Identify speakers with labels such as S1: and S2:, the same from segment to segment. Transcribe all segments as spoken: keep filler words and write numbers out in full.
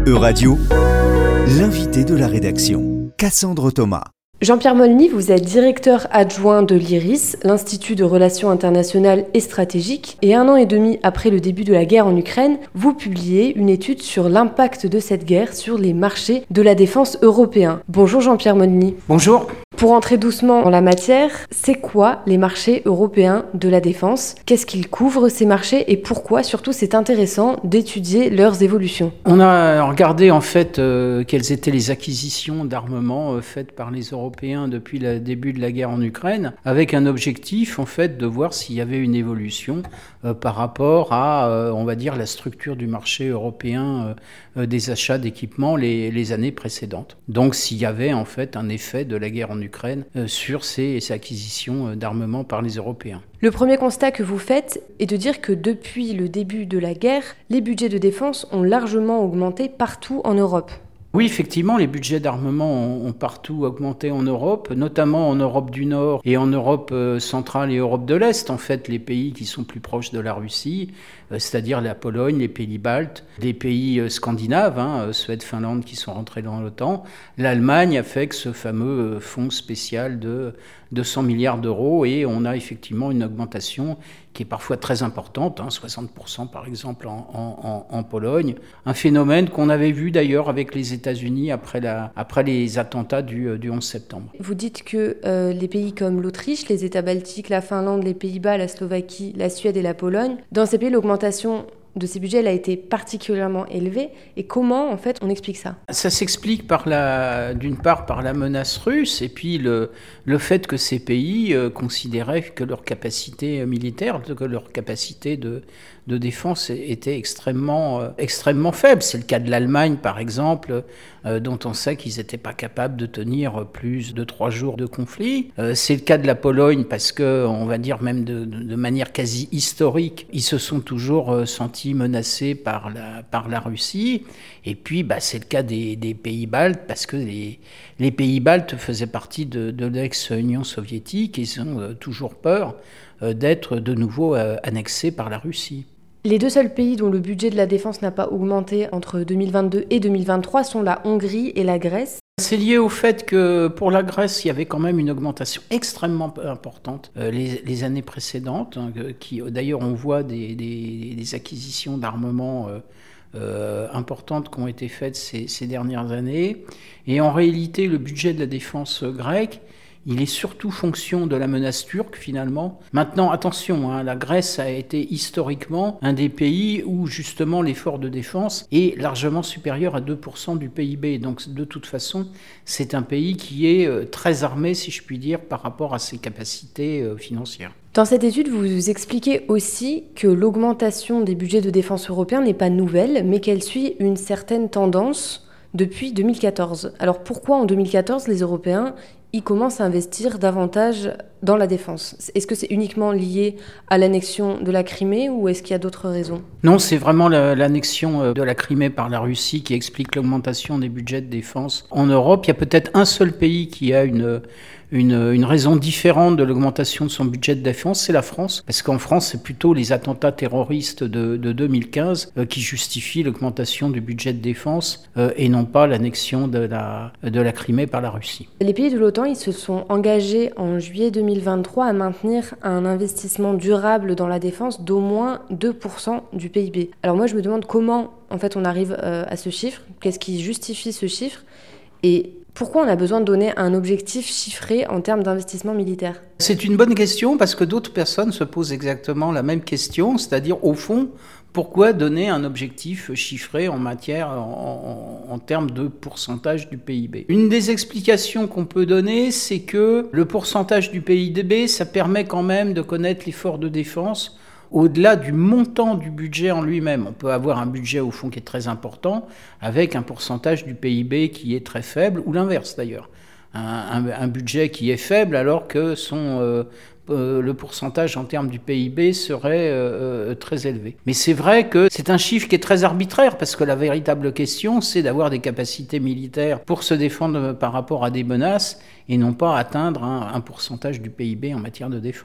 S1: Euradio, l'invité de la rédaction, Cassandre Thomas.
S2: Jean-Pierre Molny, vous êtes directeur adjoint de l'I R I S, l'Institut de Relations Internationales et Stratégiques, et un an et demi après le début de la guerre en Ukraine, vous publiez une étude sur l'impact de cette guerre sur les marchés de la défense européens. Bonjour Jean-Pierre Molny.
S3: Bonjour.
S2: Pour entrer doucement dans la matière, c'est quoi les marchés européens de la défense ? Qu'est-ce qu'ils couvrent ces marchés et pourquoi surtout c'est intéressant d'étudier leurs évolutions ?
S3: On a regardé en fait euh, quelles étaient les acquisitions d'armement euh, faites par les Européens depuis le début de la guerre en Ukraine, avec un objectif en fait de voir s'il y avait une évolution euh, par rapport à, euh, on va dire, la structure du marché européen euh, euh, des achats d'équipements les, les années précédentes. Donc s'il y avait en fait un effet de la guerre en Ukraine Ukraine euh, sur ces, ces acquisitions d'armement par les Européens.
S2: Le premier constat que vous faites est de dire que depuis le début de la guerre, les budgets de défense ont largement augmenté partout en Europe.
S3: Oui, effectivement, les budgets d'armement ont, ont partout augmenté en Europe, notamment en Europe du Nord et en Europe euh, centrale et Europe de l'Est. En fait, les pays qui sont plus proches de la Russie, euh, c'est-à-dire la Pologne, les pays baltes, les pays euh, scandinaves, hein, euh, Suède, Finlande, qui sont rentrés dans l'OTAN. L'Allemagne a fait que ce fameux euh, fonds spécial de deux cents milliards d'euros et on a effectivement une augmentation qui est parfois très importante, hein, soixante pour cent par exemple en, en, en Pologne. Un phénomène qu'on avait vu d'ailleurs avec les États-Unis après, la, après les attentats du, du onze septembre.
S2: Vous dites que euh, les pays comme l'Autriche, les États baltiques, la Finlande, les Pays-Bas, la Slovaquie, la Suède et la Pologne, dans ces pays, l'augmentation de ces budgets elle a été particulièrement élevée. Et comment, en fait, on explique ça ?
S3: Ça s'explique par la, d'une part par la menace russe et puis le, le fait que ces pays euh, considéraient que leur capacité militaire, que leur capacité de, de défense était extrêmement, euh, extrêmement faible. C'est le cas de l'Allemagne, par exemple, euh, dont on sait qu'ils n'étaient pas capables de tenir plus de trois jours de conflit. Euh, c'est le cas de la Pologne parce que, on va dire même de, de, de manière quasi historique, ils se sont toujours euh, sentis menacés par la, par la Russie. Et puis, bah, c'est le cas des, des pays baltes parce que les, les pays baltes faisaient partie de, de l'ex-Union soviétique et ils ont euh, toujours peur euh, d'être de nouveau euh, annexés par la Russie.
S2: Les deux seuls pays dont le budget de la défense n'a pas augmenté entre deux mille vingt-deux et deux mille vingt-trois sont la Hongrie et la Grèce.
S3: C'est lié au fait que pour la Grèce, il y avait quand même une augmentation extrêmement importante euh, les, les années précédentes. Hein, qui, d'ailleurs, on voit des, des, des acquisitions d'armement euh, euh, importantes qui ont été faites ces, ces dernières années. Et en réalité, le budget de la défense grecque, il est surtout fonction de la menace turque, finalement. Maintenant, attention, hein, la Grèce a été historiquement un des pays où, justement, l'effort de défense est largement supérieur à deux pour cent du P I B. Donc, de toute façon, c'est un pays qui est euh, très armé, si je puis dire, par rapport à ses capacités euh, financières.
S2: Dans cette étude, vous expliquez aussi que l'augmentation des budgets de défense européens n'est pas nouvelle, mais qu'elle suit une certaine tendance depuis deux mille quatorze. Alors, pourquoi en deux mille quatorze, les Européens ils commencent à investir davantage dans la défense ? Est-ce que c'est uniquement lié à l'annexion de la Crimée ou est-ce qu'il y a d'autres raisons ?
S3: Non, c'est vraiment la, l'annexion de la Crimée par la Russie qui explique l'augmentation des budgets de défense en Europe. Il y a peut-être un seul pays qui a une, une, une raison différente de l'augmentation de son budget de défense, c'est la France. Parce qu'en France, c'est plutôt les attentats terroristes de, de deux mille quinze euh, qui justifient l'augmentation du budget de défense euh, et non pas l'annexion de la, de la Crimée par la Russie.
S2: Les pays de l'OTAN, ils se sont engagés en juillet deux mille vingt-trois à maintenir un investissement durable dans la défense d'au moins deux pour cent du P I B. Alors moi, je me demande comment en fait, on arrive euh, à ce chiffre, qu'est-ce qui justifie ce chiffre et pourquoi on a besoin de donner un objectif chiffré en termes d'investissement militaire ?
S3: C'est une bonne question parce que d'autres personnes se posent exactement la même question, c'est-à-dire au fond, pourquoi donner un objectif chiffré en matière, en, en, en termes de pourcentage du P I B ? Une des explications qu'on peut donner, c'est que le pourcentage du P I B, ça permet quand même de connaître l'effort de défense au-delà du montant du budget en lui-même. On peut avoir un budget au fond qui est très important avec un pourcentage du P I B qui est très faible, ou l'inverse d'ailleurs. Un, un, un budget qui est faible alors que son, euh, euh, le pourcentage en termes du P I B serait euh, très élevé. Mais c'est vrai que c'est un chiffre qui est très arbitraire parce que la véritable question, c'est d'avoir des capacités militaires pour se défendre par rapport à des menaces et non pas atteindre un, un pourcentage du P I B en matière de défense.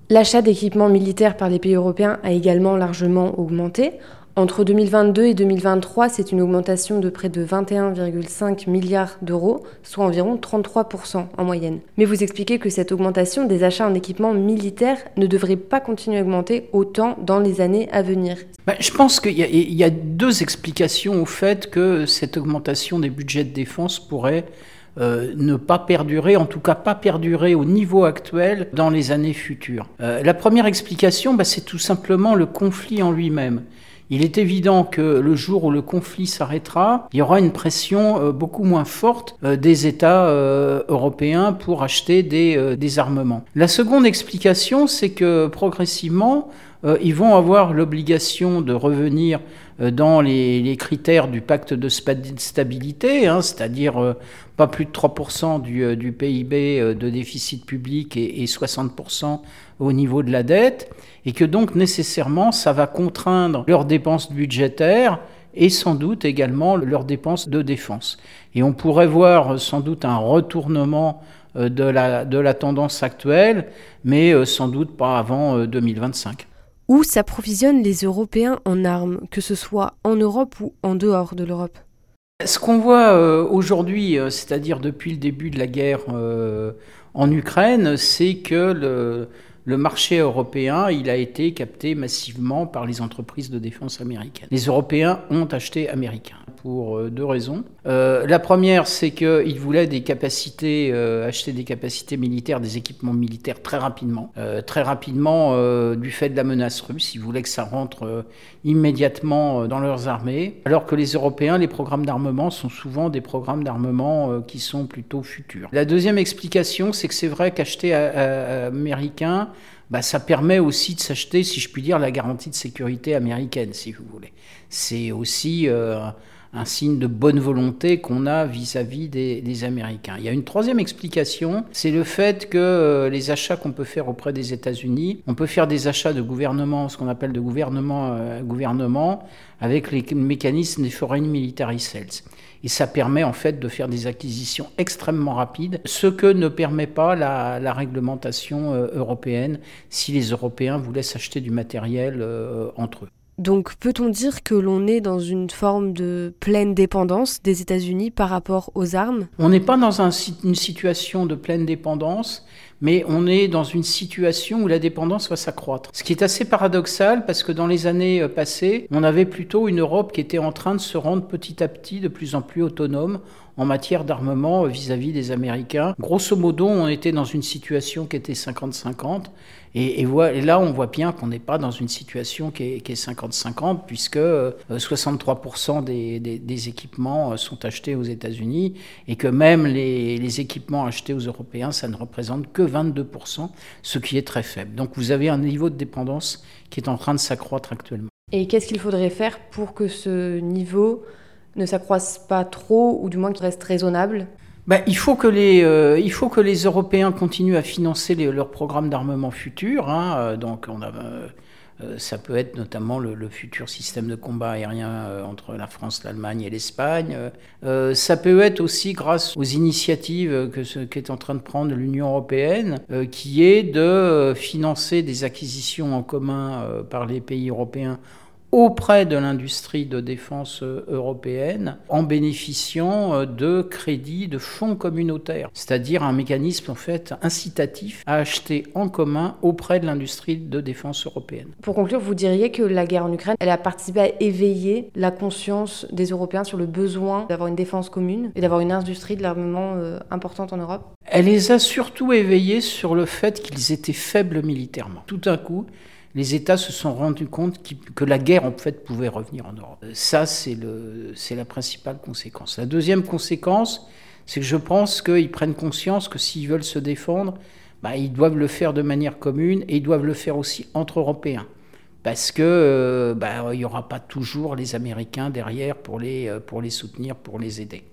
S2: L'achat d'équipements militaires par les pays européens a également largement augmenté. Entre deux mille vingt-deux et deux mille vingt-trois, c'est une augmentation de près de vingt et un virgule cinq milliards d'euros, soit environ trente-trois pour cent en moyenne. Mais vous expliquez que cette augmentation des achats en équipements militaires ne devrait pas continuer à augmenter autant dans les années à venir.
S3: Ben, je pense qu'il y a, il y a deux explications au fait que cette augmentation des budgets de défense pourrait Euh, ne pas perdurer, en tout cas pas perdurer au niveau actuel dans les années futures. Euh, la première explication, bah, c'est tout simplement le conflit en lui-même. Il est évident que le jour où le conflit s'arrêtera, il y aura une pression euh, beaucoup moins forte euh, des États euh, européens pour acheter des, euh, des armements. La seconde explication, c'est que progressivement, euh, ils vont avoir l'obligation de revenir euh, dans les, les critères du pacte de stabilité, hein, c'est-à-dire euh, pas plus de trois pour cent du, euh, du P I B euh, de déficit public et, et soixante pour cent au niveau de la dette, et que donc nécessairement ça va contraindre leurs dépenses budgétaires et sans doute également leurs dépenses de défense. Et on pourrait voir sans doute un retournement de la, de la tendance actuelle, mais sans doute pas avant deux mille vingt-cinq.
S2: Où s'approvisionnent les Européens en armes, que ce soit en Europe ou en dehors de l'Europe ?
S3: Ce qu'on voit euh, aujourd'hui, euh, c'est-à-dire depuis le début de la guerre euh, en Ukraine, c'est que le, le marché européen, il a été capté massivement par les entreprises de défense américaines. Les Européens ont acheté américain pour euh, deux raisons. Euh, la première, c'est qu'ils voulaient des capacités, euh, acheter des capacités militaires, des équipements militaires très rapidement. Euh, très rapidement, euh, du fait de la menace russe, ils voulaient que ça rentre euh, immédiatement dans leurs armées, alors que les Européens, les programmes d'armement sont souvent des programmes d'armement euh, qui sont plutôt futurs. La deuxième explication, c'est que c'est vrai qu'acheter à, à, à américain, bah, ça permet aussi de s'acheter, si je puis dire, la garantie de sécurité américaine, si vous voulez. C'est aussi euh, un signe de bonne volonté qu'on a vis-à-vis des, des Américains. Il y a une troisième explication, c'est le fait que euh, les achats qu'on peut faire auprès des États-Unis, on peut faire des achats de gouvernement, ce qu'on appelle de gouvernement à gouvernement, avec les mécanismes des Foreign Military Sales. Et ça permet en fait de faire des acquisitions extrêmement rapides, ce que ne permet pas la, la réglementation euh, européenne si les Européens voulaient s'acheter du matériel euh, entre eux.
S2: Donc peut-on dire que l'on est dans une forme de pleine dépendance des États-Unis par rapport aux armes ?
S3: On n'est pas dans un, une situation de pleine dépendance, mais on est dans une situation où la dépendance va s'accroître. Ce qui est assez paradoxal, parce que dans les années passées, on avait plutôt une Europe qui était en train de se rendre petit à petit de plus en plus autonome en matière d'armement vis-à-vis des Américains. Grosso modo, on était dans une situation qui était cinquante cinquante, et, et, et là, on voit bien qu'on n'est pas dans une situation qui est, qui est cinquante cinquante, puisque euh, soixante-trois pour cent des, des, des équipements sont achetés aux États-Unis, et que même les, les équipements achetés aux Européens, ça ne représente que vingt-deux pour cent, ce qui est très faible. Donc vous avez un niveau de dépendance qui est en train de s'accroître actuellement.
S2: Et qu'est-ce qu'il faudrait faire pour que ce niveau ne s'accroisse pas trop, ou du moins qu'il reste raisonnable ?
S3: Ben, il faut que les, euh, il faut que les Européens continuent à financer les, leurs programmes d'armement futurs. Hein. Donc, on a, euh, ça peut être notamment le, le futur système de combat aérien euh, entre la France, l'Allemagne et l'Espagne. Euh, ça peut être aussi grâce aux initiatives que ce, qu'est en train de prendre l'Union européenne, euh, qui est de financer des acquisitions en commun euh, par les pays européens auprès de l'industrie de défense européenne en bénéficiant de crédits de fonds communautaires, c'est-à-dire un mécanisme en fait incitatif à acheter en commun auprès de l'industrie de défense européenne.
S2: Pour conclure, vous diriez que la guerre en Ukraine, elle a participé à éveiller la conscience des Européens sur le besoin d'avoir une défense commune et d'avoir une industrie de l'armement euh, importante en Europe ?
S3: Elle les a surtout éveillés sur le fait qu'ils étaient faibles militairement. Tout d'un coup, les États se sont rendus compte que la guerre, en fait, pouvait revenir en Europe. Ça, c'est, le, c'est la principale conséquence. La deuxième conséquence, c'est que je pense qu'ils prennent conscience que s'ils veulent se défendre, bah, ils doivent le faire de manière commune et ils doivent le faire aussi entre Européens. Parce que euh, bah, il n'y aura pas toujours les Américains derrière pour les, pour les soutenir, pour les aider.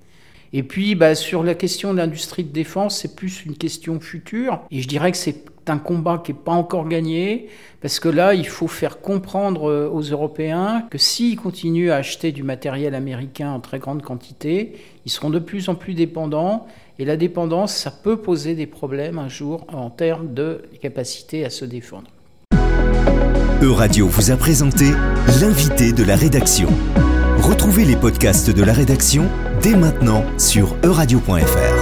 S3: Et puis, bah, sur la question de l'industrie de défense, c'est plus une question future. Et je dirais que c'est un combat qui n'est pas encore gagné, parce que là, il faut faire comprendre aux Européens que s'ils continuent à acheter du matériel américain en très grande quantité, ils seront de plus en plus dépendants. Et la dépendance, ça peut poser des problèmes un jour en termes de capacité à se défendre.
S1: Euradio vous a présenté l'invité de la rédaction. Retrouvez les podcasts de la rédaction dès maintenant sur euradio point f r.